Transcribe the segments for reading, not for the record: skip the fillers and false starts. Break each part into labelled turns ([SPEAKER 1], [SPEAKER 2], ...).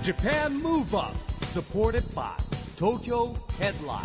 [SPEAKER 1] Japan Move Up supported by Tokyo Headline。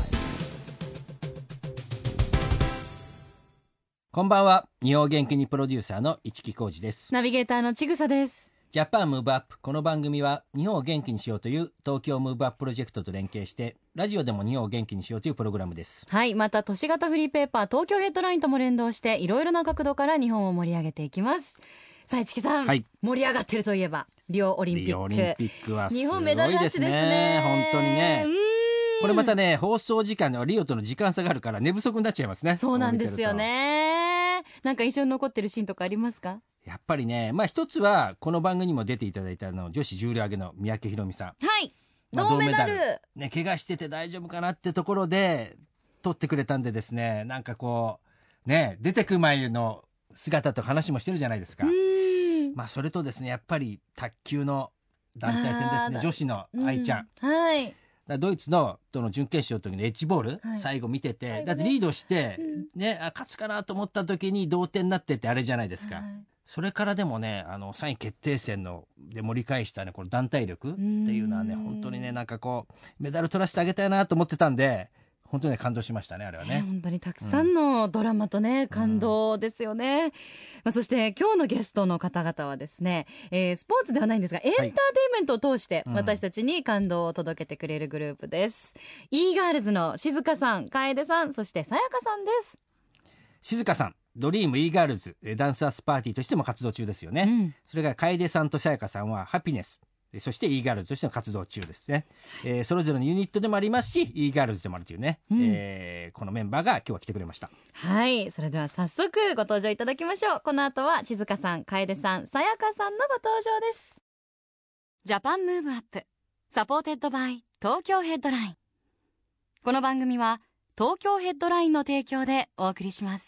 [SPEAKER 2] こんばんは。日本元気にプロデューサーの市木浩司です。
[SPEAKER 3] ナビゲーターのちぐさです。
[SPEAKER 2] ジャパンムーブアップ。この番組は日本を元気にしようという東京ムーブアッププロジェクトと連携してラジオでも日本を元気にしようというプログラムです。
[SPEAKER 3] はい、また都市型フリーペーパー東京ヘッドラインとも連動していろいろな角度から日本を盛り上げていきます。さあ市木さん、
[SPEAKER 2] はい、
[SPEAKER 3] 盛り上がってるといえばリオオリンピック。
[SPEAKER 2] リオオリンピックはすごいですね。
[SPEAKER 3] 日本メダルラッシュですね。
[SPEAKER 2] 本当にね。これまたね、放送時間のリオとの時間差があるから寝不足になっちゃいますね。
[SPEAKER 3] そうなんですよね。なんか印象に残ってるシーンとかありますか？
[SPEAKER 2] やっぱりね、一つはこの番組にも出ていただいた女子重量挙げの三宅宏実さん。
[SPEAKER 3] はい、銅メダル
[SPEAKER 2] ね、怪我してて大丈夫かなってところで取ってくれたんでですね、なんかこうね、出てく前の姿と話もしてるじゃないですか。それとですね、やっぱり卓球の団体戦ですね、女子の愛ちゃん、
[SPEAKER 3] はい、
[SPEAKER 2] ドイツのとの準決勝の時のエッジボール、はい、最後見てて、だってリードして、勝つかなと思った時に同点になってってあれじゃないですか、はい、それからでもね、3位決定戦ので盛り返したね、この団体力っていうのはね、本当にね、なんかこうメダル取らせてあげたいなと思ってたんで、本当に感動しましたね、あれはね。
[SPEAKER 3] 本当にたくさんのドラマとね、感動ですよね。そして今日のゲストの方々はですね、スポーツではないんですがエンターテインメントを通して私たちに感動を届けてくれるグループです。Eガールズの静香さん、楓さん、そしてさやかさんです。
[SPEAKER 2] 静香さん、ドリーム Eガールズダンサーズパーティーとしても活動中ですよね、それから楓さんとさやかさんはハピネス、そして E ガールズとしての活動中ですね、それぞれのユニットでもありますし E ガールズでもあるというね、このメンバーが今日は来てくれました。
[SPEAKER 3] はい、それでは早速ご登場いただきましょう。この後は静香さん、楓さん、さやかさんのご登場です。ジャパンムーブアップサポーテッドバイ東京ヘッドライン。この番組は東京ヘッドラインの提供でお送りします。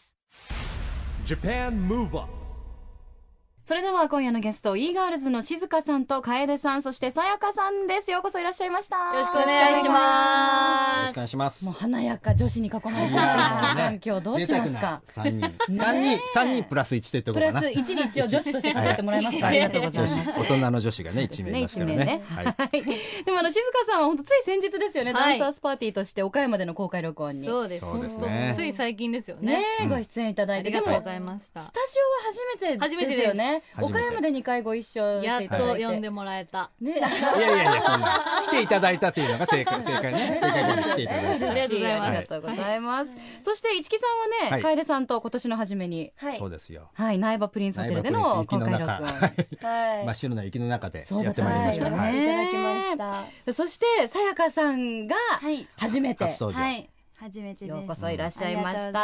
[SPEAKER 1] Japan Move Up。
[SPEAKER 3] それでは今夜のゲスト E ガールズの静香さんと楓さん、そしてさやかさんです。ようこそいらっしゃいました。
[SPEAKER 4] よろしくお願いします。
[SPEAKER 2] よろしくお願いします。
[SPEAKER 3] もう華やか女子に囲まれてるさん、今日どうしますか。
[SPEAKER 2] 3人プラス1というところかな。
[SPEAKER 3] プラス1に一応女子として数えてもらいますか。ありがとうございます。
[SPEAKER 2] 大人の女子がね1名いますからね。
[SPEAKER 3] でも静香さんは本当つい先日ですよね、ダンサーズパーティーとして岡山での公開録音に。
[SPEAKER 4] そうです、本当つい最近ですよね。
[SPEAKER 3] ご出演いただいて。
[SPEAKER 4] ありがとうございました。
[SPEAKER 3] スタジオは初めてですよね。岡山で2回ご一緒
[SPEAKER 4] やっと呼んでもらえた。
[SPEAKER 2] いやそんな来ていただいたというのが正解ね。正解に来ていただいた。
[SPEAKER 3] ありがとうございます。そして市木さんはね、楓さんと今年の初めに、
[SPEAKER 2] そうですよ。
[SPEAKER 3] はい、苗場プリンスホテルでの公開録音。
[SPEAKER 2] 真っ白な雪の中でやってまいりました。
[SPEAKER 5] いただきました。
[SPEAKER 3] そしてさやかさんが初めて、
[SPEAKER 2] 初登場。
[SPEAKER 5] 初めてです。
[SPEAKER 3] ようこそいらっしゃいました。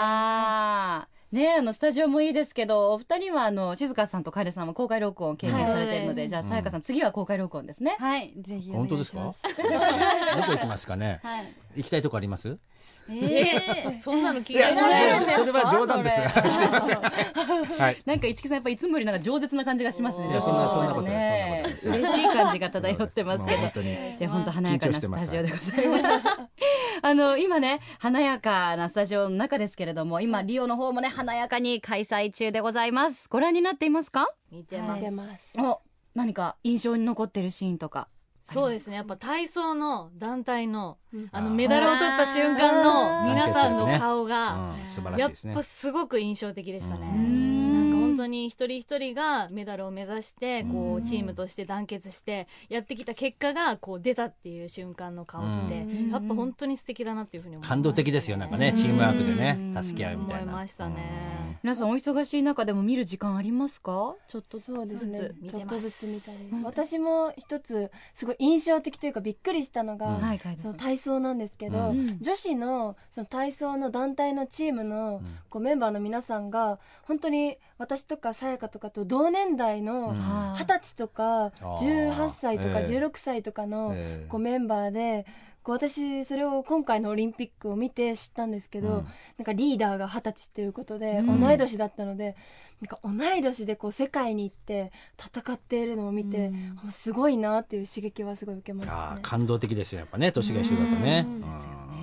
[SPEAKER 3] ね、スタジオもいいですけど、お二人は静香さんと楓さんは公開録音を経験されているので、じゃあさやかさん、次は公開録音ですね。
[SPEAKER 5] はい、ぜひお願いします。
[SPEAKER 2] 本当ですか？どこ行きますかね。行きたいとこあります？
[SPEAKER 4] そんなの聞いても
[SPEAKER 2] らえない。それは冗談ですが、すいません。はい。
[SPEAKER 3] なんか市木さんやっぱいつもよりなんか饒舌な感じがしますね。
[SPEAKER 2] そんなことない。
[SPEAKER 3] 嬉しい感じが漂ってますけど。じゃあ本当華やかなスタジオでございます。今ね、華やかなスタジオの中ですけれども、今リオの方もね華やかに開催中でございます。ご覧になっていますか？
[SPEAKER 4] 見てます。
[SPEAKER 3] 何か印象に残ってるシーンとか。
[SPEAKER 4] そうですね、やっぱ体操の団体のメダルを取った瞬間の皆さんの顔がやっぱすごく印象的でしたね。なんか本当に一人一人がメダルを目指してこうチームとして団結してやってきた結果がこう出たっていう瞬間の顔ってやっぱ本当に素敵だなっていうふうに思いましたね。
[SPEAKER 2] 感動的ですよ。なんかね、チームワークでね助け合うみたいな。
[SPEAKER 4] 思いましたね。
[SPEAKER 3] 皆さんお忙しい中でも見る時間ありますか？
[SPEAKER 5] ちょっとそうですね、ちょっとずつ見たり。
[SPEAKER 4] 私
[SPEAKER 5] も一つすごい印象的というかびっくりしたのが、その体操なんですけど、女子のその体操の団体のチームのこうメンバーの皆さんが本当に私とかさやかとかと同年代の20歳とか18歳とか16歳とかのこうメンバーで、こう私それを今回のオリンピックを見て知ったんですけど、なんかリーダーが20歳っていうことで同い年だったので、なんか同い年でこう世界に行って戦っているのを見て、すごいなっていう刺激はすごい受けましたね。
[SPEAKER 2] 感動的ですよやっぱね、年が一緒だとね。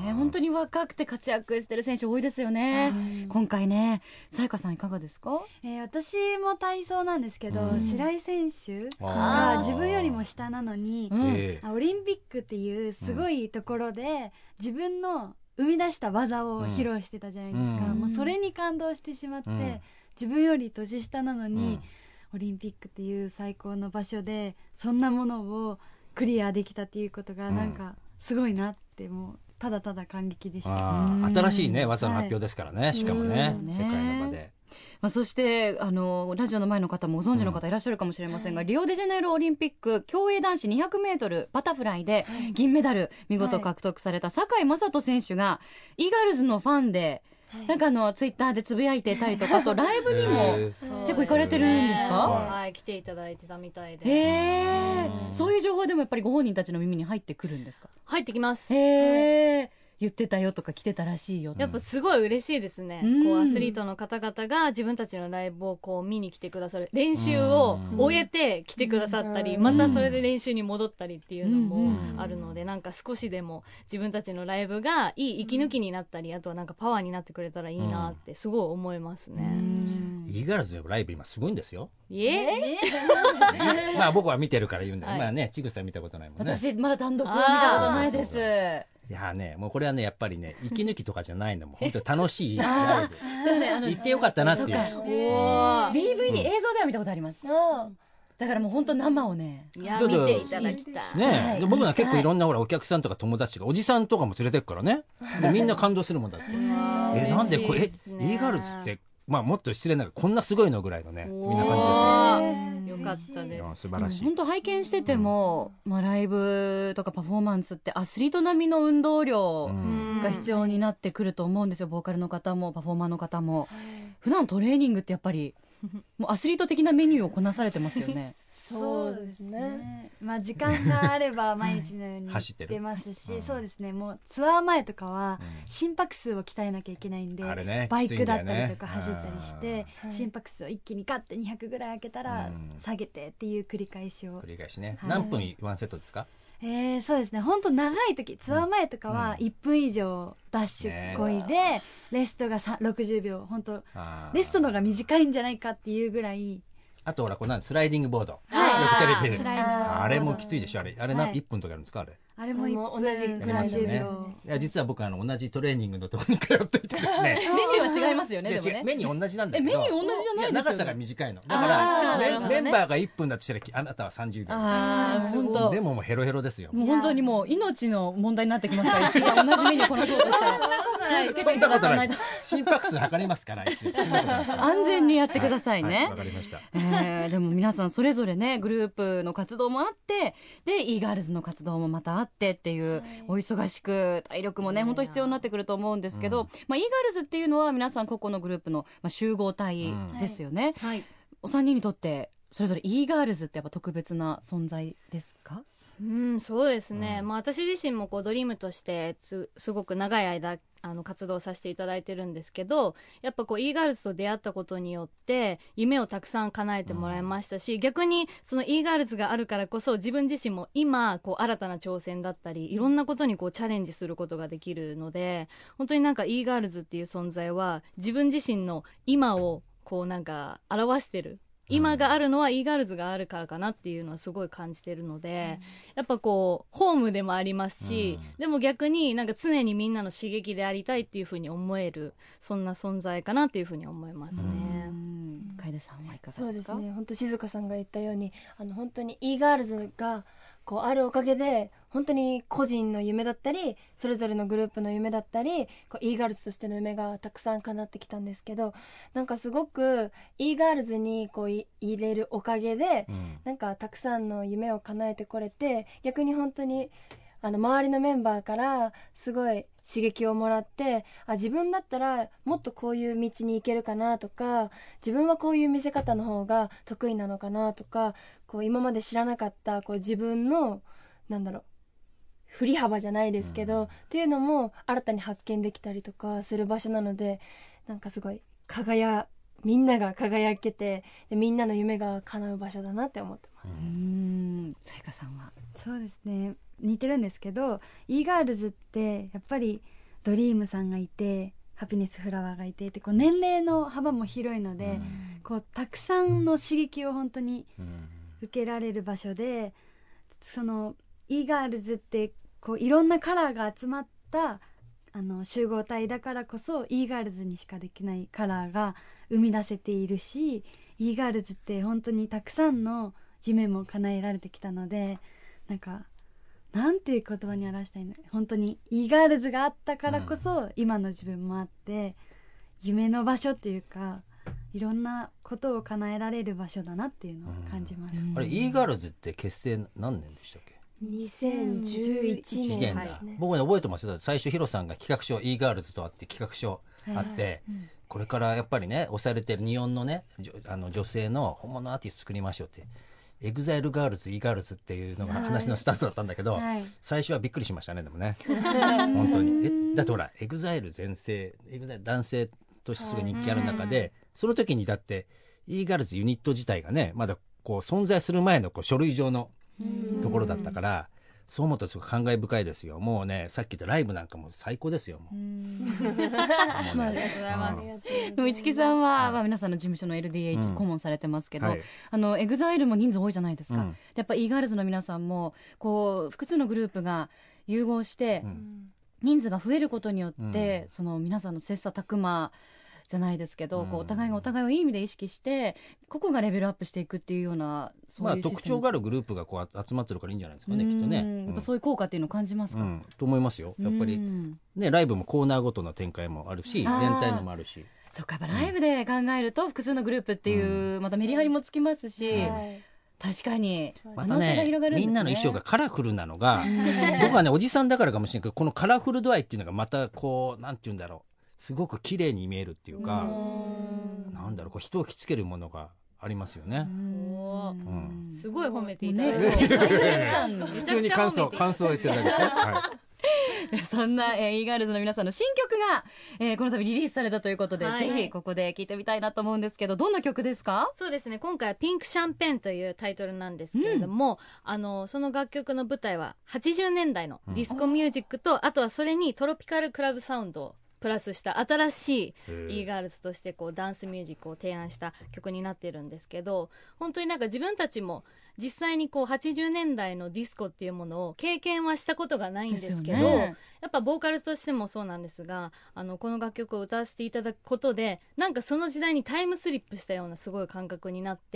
[SPEAKER 3] 本当に若くて活躍してる選手多いですよね。今回ね、さやかさんいかがですか？
[SPEAKER 6] 私も体操なんですけど、白井選手が自分よりも下なのに、オリンピックっていうすごいところで自分の生み出した技を披露してたじゃないですか。もうそれに感動してしまって、自分より年下なのに、オリンピックっていう最高の場所でそんなものをクリアできたっていうことがなんかすごいなって、もうただただ感激でした。
[SPEAKER 2] 新しいね技の発表ですからね、しかもね、世界の場で。
[SPEAKER 3] そしてラジオの前の方もご存知の方いらっしゃるかもしれませんが、リオデジャネイロオリンピック競泳男子 200m バタフライで銀メダル見事獲得された堺雅人選手がイーガールズのファンで、なんかツイッターでつぶやいてたりとか、あとライブにも結構行かれてるんですか？
[SPEAKER 4] はい、来ていただいてたみたいで。
[SPEAKER 3] そういう情報でもやっぱりご本人たちの耳に入ってくるんですか？
[SPEAKER 4] 入ってきます。
[SPEAKER 3] 言ってたよとか来てたらしいよ。
[SPEAKER 4] やっぱすごい嬉しいですね。こうアスリートの方々が自分たちのライブをこう見に来てくださる、練習を終えて来てくださったり、またそれで練習に戻ったりっていうのもあるので、なんか少しでも自分たちのライブがいい息抜きになったり、あとはなんかパワーになってくれたらいいなってすごい思いますね。
[SPEAKER 2] イーガールズのライブ今すごいんですよ。
[SPEAKER 3] ま
[SPEAKER 2] あ僕は見てるから言うんだけど、まあね、ちぐさ見たことないもんね。
[SPEAKER 3] 私まだ単独を見たことないです。
[SPEAKER 2] いやね、もうこれはね、やっぱりね、息抜きとかじゃないの、もう本当に楽しいライブ。行ってよかったなっていう。
[SPEAKER 3] DVD 映像では見たことあります。だからもう本当生をね、
[SPEAKER 4] 見ていただきたい。
[SPEAKER 2] ね、僕は結構いろんなほらお客さんとか友達がおじさんとかも連れてくからね。みんな感動するもんだって。なんでこれイーガールズってまあもっと失礼ながらこんなすごいのぐらいのね、みんな感じですよ。
[SPEAKER 4] よかったです。
[SPEAKER 2] 素晴らしい。
[SPEAKER 3] 本当拝見してても、ライブとかパフォーマンスってアスリート並みの運動量が必要になってくると思うんですよ。ボーカルの方もパフォーマーの方も。普段トレーニングってやっぱりもうアスリート的なメニューをこなされてますよね。
[SPEAKER 6] そうですね。まあ時間があれば毎日のように行ってますし、そうですね。もうツアー前とかは心拍数を鍛えなきゃいけないんで、バイクだったりとか走ったりして、心拍数を一気にガッて200ぐらい上げたら下げてっていう繰り返しを。
[SPEAKER 2] 繰り返しね。何分ワンセットですか？
[SPEAKER 6] そうですね。本当長い時、ツアー前とかは1分以上ダッシュこいで、レストが60秒。本当レストの方が短いんじゃないかっていうぐらい。
[SPEAKER 2] あとほらこのスライディングボード、よくテレビであれもきついでしょ。あれ1分とかやるんですか？
[SPEAKER 6] あれも同じ30秒。
[SPEAKER 2] いや実は僕同じトレーニングのところに通っていてですね。
[SPEAKER 3] メニューは違いますよね。
[SPEAKER 2] メニュー同じなんだけど。
[SPEAKER 3] メニュー同じじゃないですよ。
[SPEAKER 2] 長さが短いの。だからメンバーが1分だとしたらあなたは30秒。
[SPEAKER 3] 本当。
[SPEAKER 2] でももうヘロヘロですよ。
[SPEAKER 3] もう本当にもう命の問題になってきますから。同じメニューこなそうとしたら。
[SPEAKER 2] そんなことない。心拍数測りますから。
[SPEAKER 3] 安全にやってくださいね。
[SPEAKER 2] わかりました。
[SPEAKER 3] でも皆さんそれぞれね、グループの活動もあって、でイーガールズの活動もまたあってっていう。お忙しく体力もね本当必要になってくると思うんですけど、イーガールズっていうのは皆さん個々のグループの集合体ですよね。お三人にとってそれぞれイーガールズってやっぱ特別な存在ですか？
[SPEAKER 4] そうですね。私自身もこうドリームとしてすごく長い間活動させていただいてるんですけど、やっぱこうイーガールズと出会ったことによって夢をたくさん叶えてもらいましたし、逆にそのイーガールズがあるからこそ自分自身も今こう新たな挑戦だったりいろんなことにこうチャレンジすることができるので、本当になんかイーガールズっていう存在は自分自身の今をこうなんか表してる。今があるのはイーガールズがあるからかなっていうのはすごい感じてるので、やっぱこうホームでもありますし、でも逆になんか常にみんなの刺激でありたいっていうふうに思える、そんな存在かなっていうふうに思いますね。
[SPEAKER 3] 楓さんはいかがですか？
[SPEAKER 5] そうですね。本当静香さんが言ったように本当にイーガールズがこうあるおかげで本当に個人の夢だったりそれぞれのグループの夢だったりこうイーガールズとしての夢がたくさん叶ってきたんですけど、なんかすごくイーガールズにこう入れるおかげで、なんかたくさんの夢を叶えてこれて、逆に本当に周りのメンバーからすごい刺激をもらって、自分だったらもっとこういう道に行けるかなとか、自分はこういう見せ方の方が得意なのかなとか、こう今まで知らなかったこう自分の振り幅じゃないですけど、っていうのも新たに発見できたりとかする場所なので、なんかすごいみんなが輝けて、でみんなの夢が叶う場所だなって思ってます。
[SPEAKER 3] さやかさんは？
[SPEAKER 6] そうですね、似てるんですけど、イーガールズってやっぱりドリームさんがいてハピネスフラワーがいてってこう年齢の幅も広いので、こうたくさんの刺激を本当に受けられる場所で、そのイーガールズってこういろんなカラーが集まった集合体だからこそイーガールズにしかできないカラーが生み出せているし、イーガールズって本当にたくさんの夢も叶えられてきたので、なんていう言葉に表したいの、本当にイーガールズがあったからこそ今の自分もあって、夢の場所っていうかいろんなことを叶えられる場所だなっていうのを感じます。
[SPEAKER 2] あれイーガールズって結成何年でしたっけ
[SPEAKER 5] ？2011年
[SPEAKER 2] だ。僕ね覚えてますよ。最初ヒロさんが企画書イーガールズとあって企画書あって、これからやっぱりね推されてる日本のね女性の本物アーティスト作りましょうって、エグザイルガールズイーガールズっていうのが話のスタートだったんだけど、最初はびっくりしましたね。でもね本当にだってほらエグザイル全盛、エグザイル男性としてすごい人気ある中で、その時にだってイーガールズユニット自体がねまだこう存在する前のこう書類上のところだったから、そう思うとすごく感慨深いですよ。もうねさっき言ったライブなんかも最高ですよ。もう
[SPEAKER 4] ありがとうございます。
[SPEAKER 3] でも市木さんは、皆さんの事務所の LDH 顧問されてますけど、エグザイルも人数多いじゃないですか、やっぱイーガールズの皆さんもこう複数のグループが融合して、人数が増えることによって、その皆さんの切磋琢磨じゃないですけど、こうお互いがお互いをいい意味で意識して個々がレベルアップしていくっていうような、そういうシステム、
[SPEAKER 2] 特徴があるグループがこう集まってるからいいんじゃないですかね、きっとね。
[SPEAKER 3] やっぱそういう効果っていうのを感じますか？
[SPEAKER 2] と思いますよ。やっぱりねライブもコーナーごとの展開もあるし、全体のもあるし、
[SPEAKER 3] そうか、やっぱライブで考えると複数のグループっていう、またメリハリもつきますし、確かに
[SPEAKER 2] またねみんなの衣装がカラフルなのが僕はねおじさんだからかもしれないけど、このカラフル度合いっていうのがまたこうなんていうんだろう、すごく綺麗に見えるっていうか、なんだろう、こう人を引きつけるものがありますよね。
[SPEAKER 4] すごい褒めていただいて、
[SPEAKER 2] 普通に感想を言ってるだけですよ。
[SPEAKER 3] そんな、イーガールズの皆さんの新曲が、この度リリースされたということで、ぜひここで聴いてみたいなと思うんですけど、どんな曲ですか？
[SPEAKER 4] そうですね、今回はピンクシャンペーンというタイトルなんですけれども、その楽曲の舞台は80年代のディスコミュージックと、あとはそれにトロピカルクラブサウンドをプラスした新しいイーガールズとしてこうダンスミュージックを提案した曲になっているんですけど、本当になんか自分たちも実際にこう80年代のディスコっていうものを経験はしたことがないんですけど、やっぱボーカルとしてもそうなんですが、この楽曲を歌わせていただくことでなんかその時代にタイムスリップしたようなすごい感覚になって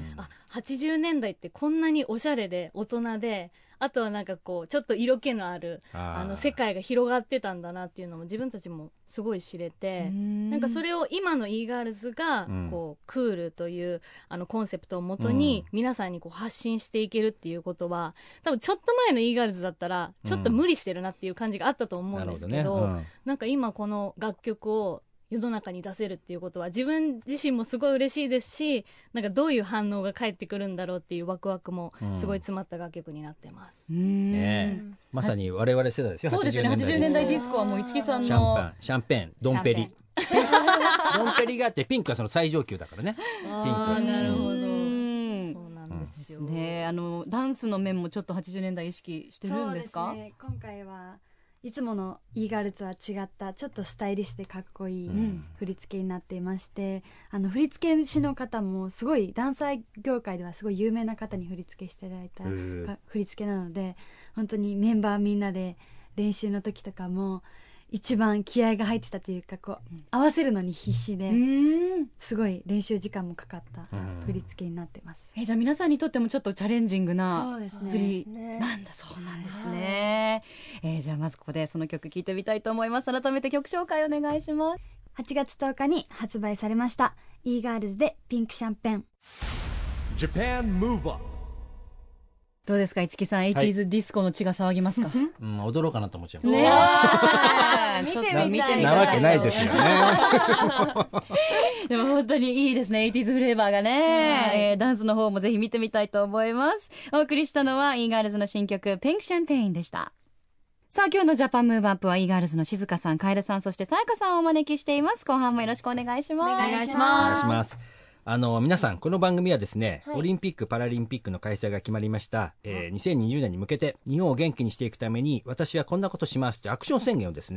[SPEAKER 4] 、80年代ってこんなにおしゃれで大人で、あとはなんかこうちょっと色気のある世界が広がってたんだなっていうのも自分たちもすごい知れて、なんかそれを今のイーガールズがこうクールというコンセプトをもとに皆さんにこう発信していけるっていうことは、多分ちょっと前のイーガールズだったらちょっと無理してるなっていう感じがあったと思うんですけど、なんか今この楽曲を世の中に出せるっていうことは自分自身もすごい嬉しいですし、なんかどういう反応が返ってくるんだろうっていうワクワクもすごい詰まった楽曲になってます。
[SPEAKER 2] まさに我々世代ですよ。
[SPEAKER 3] そうですね、80年代ディスコはもう市木さんの
[SPEAKER 2] シャンペーン、ドンペリドンペリがあって、ピンクはその最上級だからね。ピンク。
[SPEAKER 4] なるほど。そうなんですよ
[SPEAKER 3] ね。ダンスの面もちょっと80年代意識してるんですか？
[SPEAKER 6] そうですね、今回はいつものイーガールズは違ったちょっとスタイリッシュでかっこいい振り付けになっていまして、振り付け師の方もすごいダンサー業界ではすごい有名な方に振り付けしていただいた振り付けなので、本当にメンバーみんなで練習の時とかも一番気合が入ってたというか、こう合わせるのに必死で、すごい練習時間もかかった振り付けになってます。
[SPEAKER 3] じゃあ皆さんにとってもちょっとチャレンジングな振りなんだそうなんですね。じゃあまずここでその曲聴いてみたいと思います。改めて曲紹介お願いします。
[SPEAKER 6] 8月10日に発売されましたイーガールズでピンクシャンペーン。
[SPEAKER 1] Japan Move Up。
[SPEAKER 3] どうですか市木さん、80s ディスコの血が騒ぎますか？
[SPEAKER 2] 踊ろうかなと思っちゃう。
[SPEAKER 3] ね
[SPEAKER 5] 見てみたい
[SPEAKER 2] なわけないですよね。
[SPEAKER 3] でも本当にいいですね、 80s フレーバーがね、ダンスの方もぜひ見てみたいと思います。お送りしたのはイーガールズの新曲ピンクシャンペーンでした。さあ今日のジャパンムーブアップはイーガールズの静香さん、楓さん、そしてさやかさんをお招きしています。後半もよろしくお願いします。
[SPEAKER 4] お願いします。
[SPEAKER 2] お願いします。皆さんこの番組はですね、オリンピック・パラリンピックの開催が決まりました、2020年に向けて日本を元気にしていくために私はこんなことしますというアクション宣言をですね、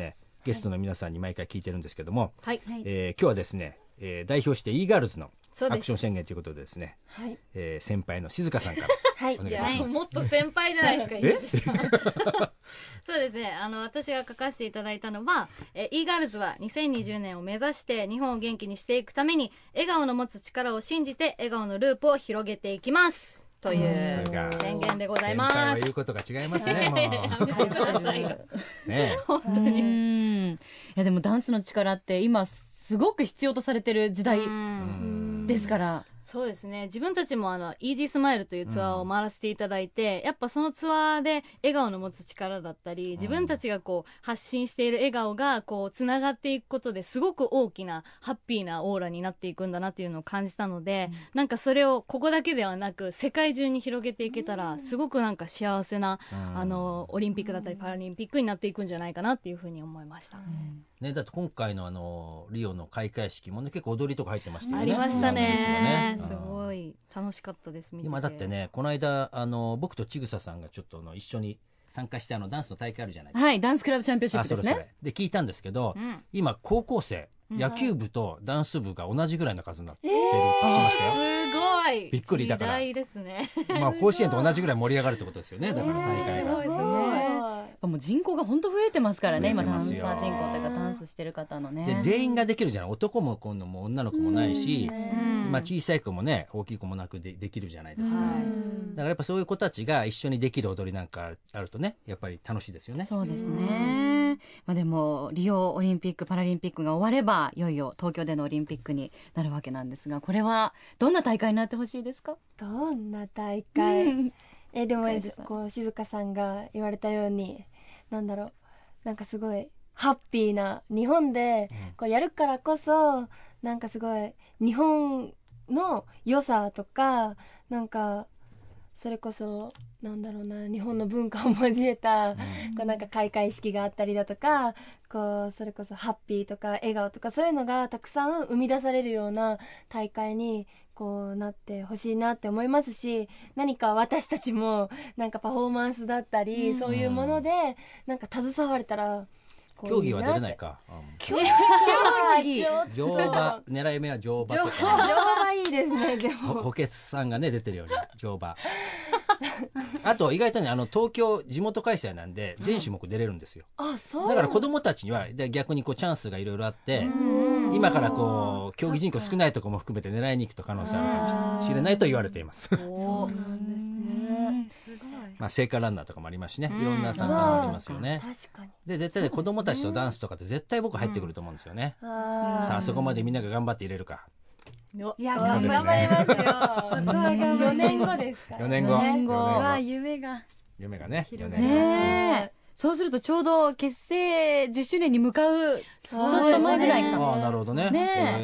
[SPEAKER 2] ゲストの皆さんに毎回聞いてるんですけども、
[SPEAKER 4] はい、
[SPEAKER 2] 今日はですね、代表して e ガールズのアクション宣言ということでですね、
[SPEAKER 5] はい、
[SPEAKER 2] 先輩の静香さんからお願いいたします。
[SPEAKER 4] もっと先輩じゃないですか。そうですね、私が書かせていただいたのは、e ガールズは2020年を目指して日本を元気にしていくために笑顔の持つ力を信じて笑顔のループを広げていきますという宣言でございます。
[SPEAKER 2] 先輩は言うことが違いますね。もうやめてくださいよ。
[SPEAKER 3] ね、本当に。いやでもダンスの力って今すごく必要とされてる時代ですから。
[SPEAKER 4] そうですね、自分たちもイージースマイルというツアーを回らせていただいて、やっぱそのツアーで笑顔の持つ力だったり、自分たちがこう発信している笑顔がこうつながっていくことですごく大きなハッピーなオーラになっていくんだなっていうのを感じたので、なんかそれをここだけではなく世界中に広げていけたらすごくなんか幸せなオリンピックだったりパラリンピックになっていくんじゃないかなっていうふうに思いました。
[SPEAKER 2] ね、だって今回のリオの開会式もね、結構踊りとか入ってましたよね。
[SPEAKER 4] ありましたね。すごい楽しかったです。見てて
[SPEAKER 2] 今だってね、この間僕とちぐささんがちょっと一緒に参加してダンスの大会あるじゃないですか。
[SPEAKER 3] はい、ダンスクラブチャンピオンシップですね。
[SPEAKER 2] それで聞いたんですけど、今高校生、野球部とダンス部が同じぐらいの数になってるって聞きましたよ。
[SPEAKER 4] すごい
[SPEAKER 2] びっくり。だから
[SPEAKER 4] 時代ですね。
[SPEAKER 2] まあ甲子園と同じぐらい盛り上がるってことですよね。だから大会が
[SPEAKER 3] すごいもう人口が本当増えてますからね、今ダンサー人口というかダンスしてる方のね。
[SPEAKER 2] で全員ができるじゃない。男も今度も女の子もないし、まあ小さい子もね大きい子もなく できるじゃないですか。だからやっぱそういう子たちが一緒にできる踊りなんかあるとね、やっぱり楽しいですよね。
[SPEAKER 3] そうですね。まあでもリオオリンピック・パラリンピックが終わればいよいよ東京でのオリンピックになるわけなんですが、これはどんな大会になってほしいですか？
[SPEAKER 5] どんな大会、でもこう静香さんが言われたように、なんだろう、なんかすごいハッピーな日本でこうやるからこそ、なんかすごい日本の良さとか、なんかそれこそなんだろうな、日本の文化を交えた、こうなんか開会式があったりだとか、こうそれこそハッピーとか笑顔とかそういうのがたくさん生み出されるような大会にこうなってほしいなって思いますし、何か私たちもなんかパフォーマンスだったり、そういうものでなんか携われたら
[SPEAKER 2] 競技は出れないか。
[SPEAKER 3] 競技
[SPEAKER 2] 乗馬、狙い目は乗馬とか。
[SPEAKER 5] 乗馬いいですね。でも
[SPEAKER 2] 補欠さんがね出てるように乗馬。あと意外とね、東京地元開催なんで全種目出れるんですよ。だから子供たちには逆にこうチャンスがいろいろあって、今からこう競技人口少ないところも含めて狙いに行くと可能性あるかもしれないと言われています。
[SPEAKER 5] そうなんですね。
[SPEAKER 2] まあ聖火ランナーとかもありますしね、いろんな参加もありますよね。
[SPEAKER 5] 確かに。
[SPEAKER 2] で絶対ね、子供たちとダンスとかって絶対僕入ってくると思うんですよね。さあそこまでみんなが頑張って入れるか。
[SPEAKER 5] いや頑張りますよ。4年後ですから。
[SPEAKER 2] 4年後
[SPEAKER 6] は夢が
[SPEAKER 2] ね。
[SPEAKER 3] ね。そうするとちょうど結成10周年に向かうちょっと前ぐらいか。
[SPEAKER 2] ああなるほどね。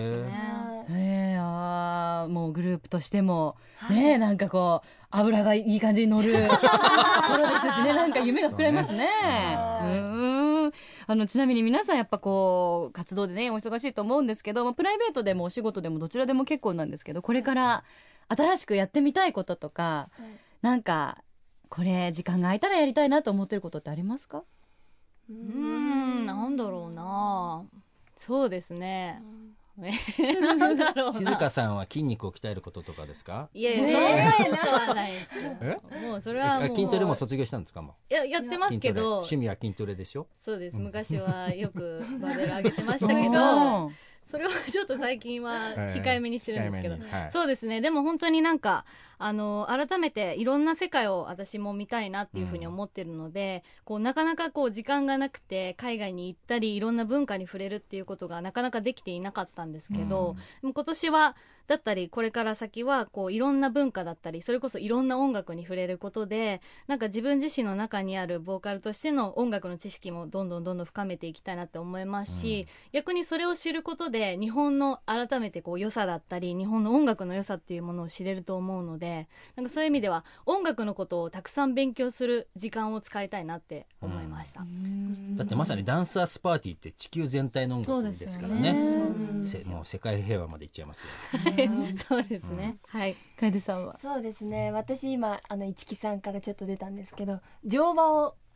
[SPEAKER 3] もうグループとしてもね、なんかこう油がいい感じに乗るところですしね、なんか夢が膨らみますね。ちなみに皆さんやっぱこう活動でねお忙しいと思うんですけど、プライベートでもお仕事でもどちらでも結構なんですけど、これから新しくやってみたいこととか、なんかこれ時間が空いたらやりたいなと思ってることってありますか？
[SPEAKER 4] なんだろうな。そうですね。なんだろうな。
[SPEAKER 2] 静香さんは筋肉を鍛えることとかですか？
[SPEAKER 4] いやいや、そんなことはないですよ。もうそれはもう
[SPEAKER 2] 筋トレも卒業したんですか？もう
[SPEAKER 4] やってますけど、
[SPEAKER 2] 趣味は筋トレでしょ？
[SPEAKER 4] そうです。昔はよくバベル上げてましたけどそれはちょっと最近は控えめにしてるんですけど、そうですね。でも本当になんか改めていろんな世界を私も見たいなっていうふうに思ってるので、こうなかなかこう時間がなくて海外に行ったりいろんな文化に触れるっていうことがなかなかできていなかったんですけど、でも今年はだったりこれから先はこういろんな文化だったりそれこそいろんな音楽に触れることで、なんか自分自身の中にあるボーカルとしての音楽の知識もどんどん深めていきたいなって思いますし、逆にそれを知ることで日本の改めてこう良さだったり日本の音楽の良さっていうものを知れると思うので、なんかそういう意味では音楽のことをたくさん勉強する時間を使いたいなって思いました。
[SPEAKER 2] だってまさにダンサースパーティーって地球全体の音楽ですからね。もう世界平和までいっちゃいますよ。
[SPEAKER 4] そうですね。はい。
[SPEAKER 3] 楓さんは？
[SPEAKER 5] そうですね。私今市木さんからちょっと出たんですけど、乗馬を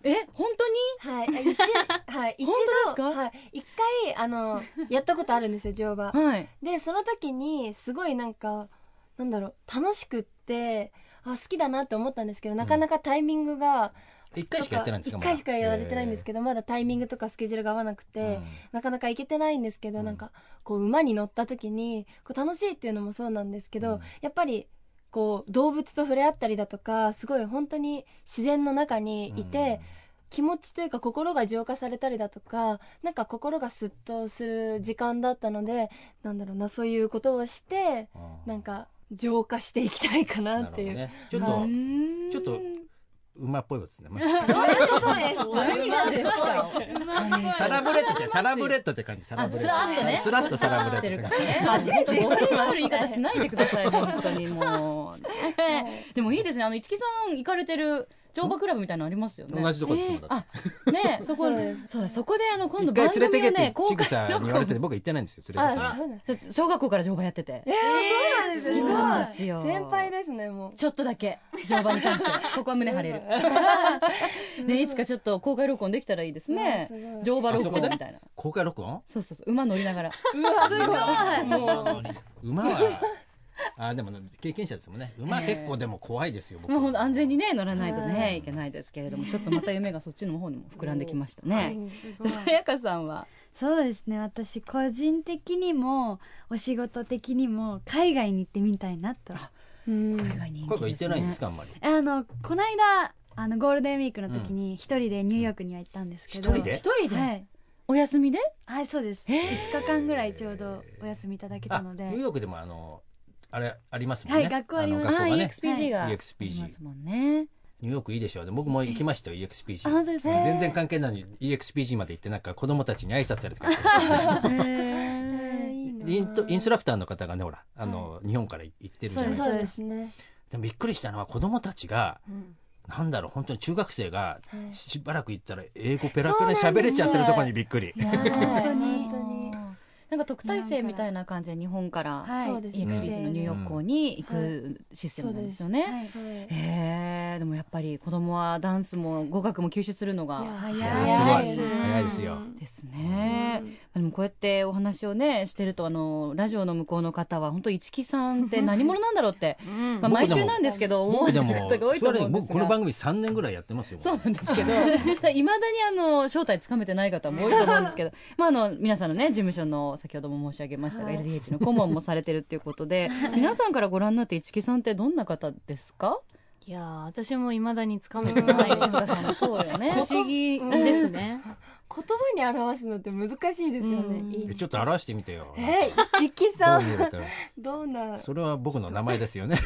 [SPEAKER 3] 本当に？
[SPEAKER 5] はい、一度、はい、一回やったことあるんですよ、乗馬。はい。でその時にすごいなんだろう、楽しくって好きだなって思ったんですけど、なかなかタイミングが
[SPEAKER 2] 1回しかやってないんですか？
[SPEAKER 5] 1回しかやられてないんですけど、まだタイミングとかスケジュールが合わなくて、なかなか行けてないんですけど、こう馬に乗った時にこう楽しいっていうのもそうなんですけど、やっぱりこう動物と触れ合ったりだとか、すごい本当に自然の中にいて、気持ちというか心が浄化されたりだとか、心がスッとする時間だったので、そういうことをして浄化していきたいかなっていう。
[SPEAKER 2] ちょっと馬っぽいですね。
[SPEAKER 5] どういうことですか？
[SPEAKER 3] 何がですか？
[SPEAKER 2] サラブレッドじゃ、サラブレッドって感じ。サラブレッド。スラッとね。スラッとサラブレッド。
[SPEAKER 3] 初めて語弊がある言い方しないでください、本当にもう。でもいいですね。市木さん行かれてる乗馬クラブみたいなのありますよね。
[SPEAKER 2] 同じとこですもんだって。
[SPEAKER 3] ね、そこで今度
[SPEAKER 2] 番組をね、ちぐさに言われてて僕行ってないんですよ。
[SPEAKER 3] 小学校から乗馬やってて。
[SPEAKER 5] そうなんです
[SPEAKER 3] よ。好きなんですよ。
[SPEAKER 5] 先輩ですね、もう。
[SPEAKER 3] ちょっとだけ乗馬に関してここは胸張れる。ね、いつかちょっと公開録音できたらいいですね。乗馬録音みたいな。
[SPEAKER 2] 公開録音？
[SPEAKER 3] そう馬乗りながら。
[SPEAKER 5] うわ、すご
[SPEAKER 2] い。馬はでも経験者ですもんね。馬結構でも怖いですよ。
[SPEAKER 3] もう安全にね乗らないとねいけないですけれども、ちょっとまた夢がそっちの方にも膨らんできましたね。さやかさんは？
[SPEAKER 6] そうですね、私個人的にもお仕事的にも海外に行ってみたいなと。
[SPEAKER 3] 海外に
[SPEAKER 2] 行ってないんですか？あんまり。
[SPEAKER 6] この間ゴールデンウィークの時に一人でニューヨークには行ったんですけど。
[SPEAKER 3] 一人で？
[SPEAKER 6] はい。
[SPEAKER 3] お休みで？
[SPEAKER 6] はい、そうです。5日間ぐらいちょうどお休みいただけたので。
[SPEAKER 2] ニューヨークでもあれありますもんね。
[SPEAKER 6] はい、学校あります。
[SPEAKER 3] EXPG がありますもんね。
[SPEAKER 2] ニューヨークいいでしょう。僕も行きましたよ、EXPG。
[SPEAKER 6] 本当です
[SPEAKER 2] ね。全然関係ないのに EXPG まで行って子供たちに挨拶されて帰ってインストラクターの方がね、ほら日本から行ってるじゃないですか。
[SPEAKER 5] そうですね。
[SPEAKER 2] でもびっくりしたのは子供たちが本当に中学生がしばらく行ったら英語ペラペラに喋れちゃってるところにびっくり。
[SPEAKER 6] 本当に。
[SPEAKER 3] 特待生みたいな感じで日本からEXPGのニューヨーク校に行くシステムなんですよね。でもやっぱり子供はダンスも語学も吸収するのが
[SPEAKER 2] 早いですよ。
[SPEAKER 3] ですね。でもこうやってお話をねしてるとラジオの向こうの方は本当市木さんって何者なんだろうって毎週なんですけど思う方が多いと思うんですが、
[SPEAKER 2] 僕この番組3年ぐらいやってますよ。
[SPEAKER 3] そうなんですけどいまだに正体つかめてない方も多いと思うんですけど皆さんのね事務所の先ほども申し上げましたが LDH の顧問もされてるっていうことで皆さんからご覧になって市木さんってどんな方ですか？
[SPEAKER 4] いや私も未だにつかめてないです。
[SPEAKER 3] そうよね。
[SPEAKER 4] 不思議ですね。
[SPEAKER 5] 言葉に表すのって難しいですよね。
[SPEAKER 2] ちょっと表してみてよ。
[SPEAKER 5] 市木さんどんな？
[SPEAKER 2] それは僕の名前ですよね。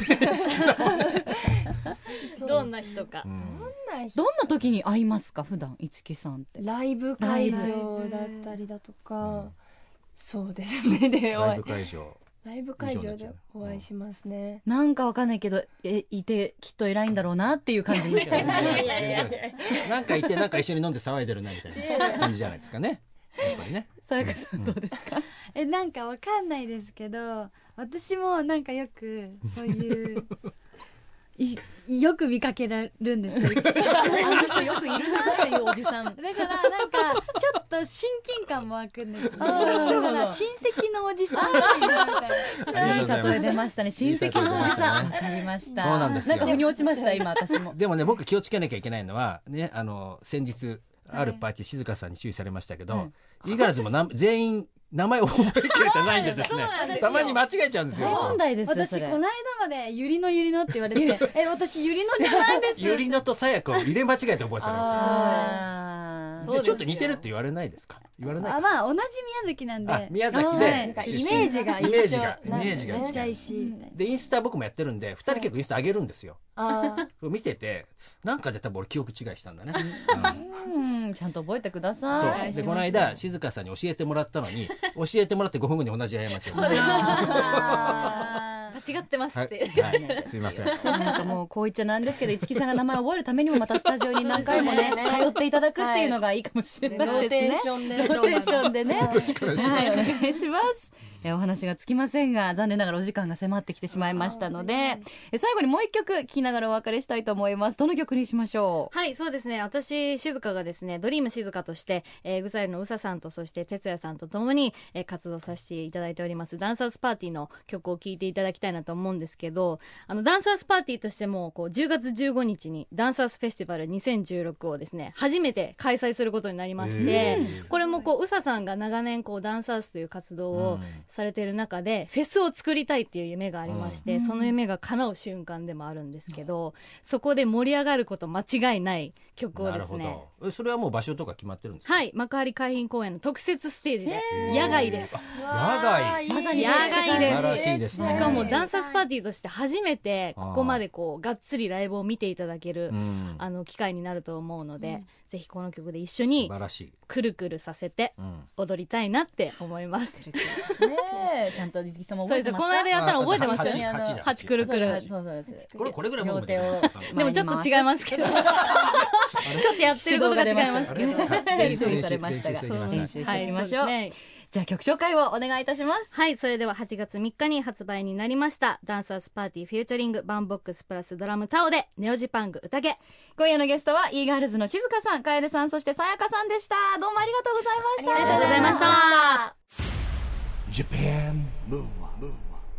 [SPEAKER 4] どんな人か。
[SPEAKER 3] どんな時に会いますか？普段市木さんって。
[SPEAKER 5] ライブ会場だったりだとか。そうですね。
[SPEAKER 2] ライブ会場。
[SPEAKER 5] ライブ会場でお会いしますね。
[SPEAKER 3] なんかわかんないけどいてきっと偉いんだろうなっていう感じですよ
[SPEAKER 2] ね。なんかいて一緒に飲んで騒いでるなみたいな感じじゃないですかね。やっぱりね。
[SPEAKER 3] さやかさんどうですか？
[SPEAKER 6] なんかわかんないですけど、私もなんかよくそういうよく見かけられるんですよ。
[SPEAKER 3] あの人よくいるなっていうおじさん。だから
[SPEAKER 6] ちょっと親近感も湧くんですよ。だから親戚のおじさんみたいな。
[SPEAKER 3] いい例え出ましたね。親戚のおじさん。わかりました。
[SPEAKER 2] そうなんですよ。
[SPEAKER 3] 腑に落ちました今私も。
[SPEAKER 2] でもね、僕気をつけなきゃいけないのはね、先日あるパーティー静香さんに注意されましたけど、イーガールズも全員名前を覚えきれてないんでですね、たまに間違えちゃうんですよ。
[SPEAKER 3] 問題ですよ。
[SPEAKER 6] 私この間までゆりのって言われて私ゆりのじゃないです。
[SPEAKER 2] ゆりのとさやかを入れ間違えて覚えてたの。ちょっと似てるって言われないですか？言われない。
[SPEAKER 6] まあ同じ宮崎なんで。
[SPEAKER 2] 宮崎で
[SPEAKER 5] イメージが一緒。
[SPEAKER 6] ちっちゃいし。
[SPEAKER 2] でインスタ僕もやってるんで、2人結構インスタ上げるんですよ。見ててなんかで多分俺記憶違いしたんだね。
[SPEAKER 3] ちゃんと覚えてください。
[SPEAKER 2] でこの間静香さんに教えてもらったのに教えてもらって5分後に同じ過ちを。
[SPEAKER 4] 間違ってますって。
[SPEAKER 2] すいません。
[SPEAKER 3] なんかもうこう言っちゃなんですけど、市木さんが名前を覚えるためにもまたスタジオに何回もね通っていただくっていうのがいいかもしれないですね。ローテーションでね。はい、お願いします。 お話がつきませんが、残念ながらお時間が迫ってきてしまいましたので、最後にもう一曲聴きながらお別れしたいと思います。どの曲にしましょう？
[SPEAKER 4] はい、そうですね、私静香がですね、ドリーム静香として、EXILE の宇佐さんとそして哲也さんとともに、活動させていただいておりますダンサーズパーティーの曲を聴いていただきたいなと思うんですけど、ダンサーズパーティーとしてもこう10月15日にダンサーズフェスティバル2016をですね、初めて開催することになりまして、これもこう宇佐さんが長年こうダンサーズという活動をされている中で、フェスを作りたいっていう夢がありまして、その夢が叶う瞬間でもあるんですけど、そこで盛り上がること間違いない曲をですね。
[SPEAKER 2] なるほど。それはもう場所とか決まってるんですか？
[SPEAKER 4] はい、幕張海浜公園の特設ステージで野外です。
[SPEAKER 2] 野外、
[SPEAKER 4] まさに野外です。
[SPEAKER 2] 素晴らしいですね。
[SPEAKER 4] しかもダンサーズパーティーとして初めてここまでこうがっつりライブを見ていただける機会になると思うので、ぜひこの曲で一緒にくるくるさせて踊りたいなって思います。
[SPEAKER 3] ちゃんと実際さんも覚えてますか？
[SPEAKER 4] この間やったの覚えてますよね。8くるくる。
[SPEAKER 2] これぐらいも
[SPEAKER 3] 両手を
[SPEAKER 4] でもちょっと違いますけど、ちょっとやってることが違いますけど、
[SPEAKER 3] 練習されましたが、練習していきましょう。じゃあ曲紹介をお願いいたします。
[SPEAKER 4] はい、それでは8月3日に発売になりましたダンサーズパーティーフューチャリングバンボックスプラスドラムタオでネオジパング宴。
[SPEAKER 3] 今夜のゲストは E-Girls の静香さん、楓さん、そしてさやかさんでした。どうもありがとうございました。
[SPEAKER 4] ありがとうございました。
[SPEAKER 1] Japan Move Up。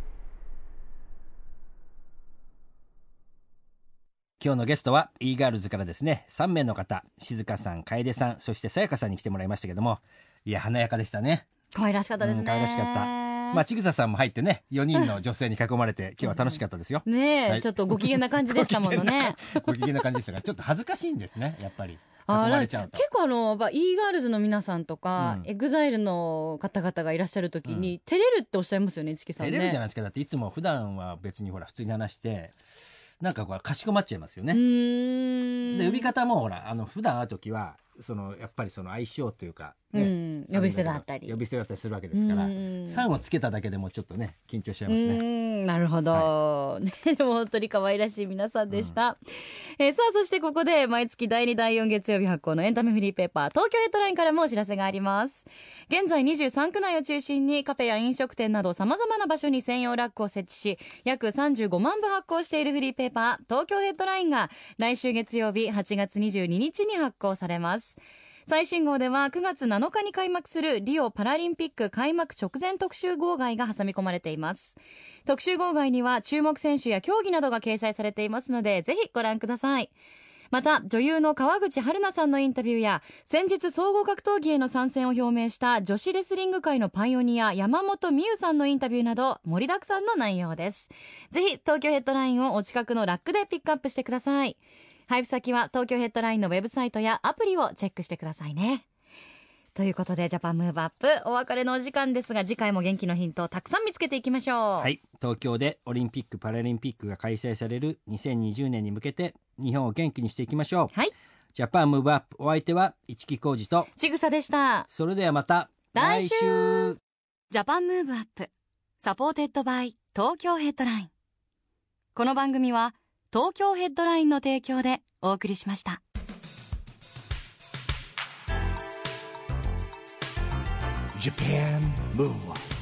[SPEAKER 2] 今日のゲストは E-Girls からですね、3名の方、静香さん、楓さん、そしてさやかさんに来てもらいましたけども、いや華やかでしたね。
[SPEAKER 3] 可愛らしかったですね。
[SPEAKER 2] 可愛らしかった。まあちぐささんも入ってね、4人の女性に囲まれて今日は楽しかったですよ。
[SPEAKER 3] ねえ、
[SPEAKER 2] はい、
[SPEAKER 3] ちょっとご機嫌な感じでしたものね。
[SPEAKER 2] ご機嫌な感じでしたが、ちょっと恥ずかしいんですね、やっぱり。
[SPEAKER 3] 結構E-Girls の皆さんとか、EXILE の方々がいらっしゃる時に、照れるっておっしゃいますよね、チキさんね。
[SPEAKER 2] 照れるじゃないですか。だっていつも普段は別にほら普通に話してなんかこうかしこまっちゃいますよね。で呼び方もほら普段会う時はやっぱり相性というか、ね、
[SPEAKER 3] 呼び捨てだったり
[SPEAKER 2] するわけですから、3をつけただけでもちょっとね緊張しちゃいますね。
[SPEAKER 3] なるほど、はい、でも本当に可愛らしい皆さんでした。さあそしてここで毎月第2第4月曜日発行のエンタメフリーペーパー東京ヘッドラインからもお知らせがあります。現在23区内を中心にカフェや飲食店などさまざまな場所に専用ラックを設置し、約35万部発行しているフリーペーパー東京ヘッドラインが来週月曜日8月22日に発行されます。最新号では9月7日に開幕するリオパラリンピック開幕直前特集号外が挟み込まれています。特集号外には注目選手や競技などが掲載されていますので、ぜひご覧ください。また女優の川口春奈さんのインタビューや先日総合格闘技への参戦を表明した女子レスリング界のパイオニア山本美優さんのインタビューなど盛りだくさんの内容です。ぜひ東京ヘッドラインをお近くのラックでピックアップしてください。配布先は東京ヘッドラインのウェブサイトやアプリをチェックしてくださいね。ということでジャパンムーブアップお別れのお時間ですが、次回も元気のヒントをたくさん見つけていきましょう。
[SPEAKER 2] はい、東京でオリンピックパラリンピックが開催される2020年に向けて日本を元気にしていきましょう。
[SPEAKER 3] はい、
[SPEAKER 2] ジャパンムーブアップ、お相手は市木浩二と
[SPEAKER 3] ちぐさでした。
[SPEAKER 2] それではまた来週。
[SPEAKER 3] ジャパンムーブアップサポーテッドバイ東京ヘッドライン。この番組は東京ヘッドラインの提供でお送りしました。
[SPEAKER 1] Japan Move Up。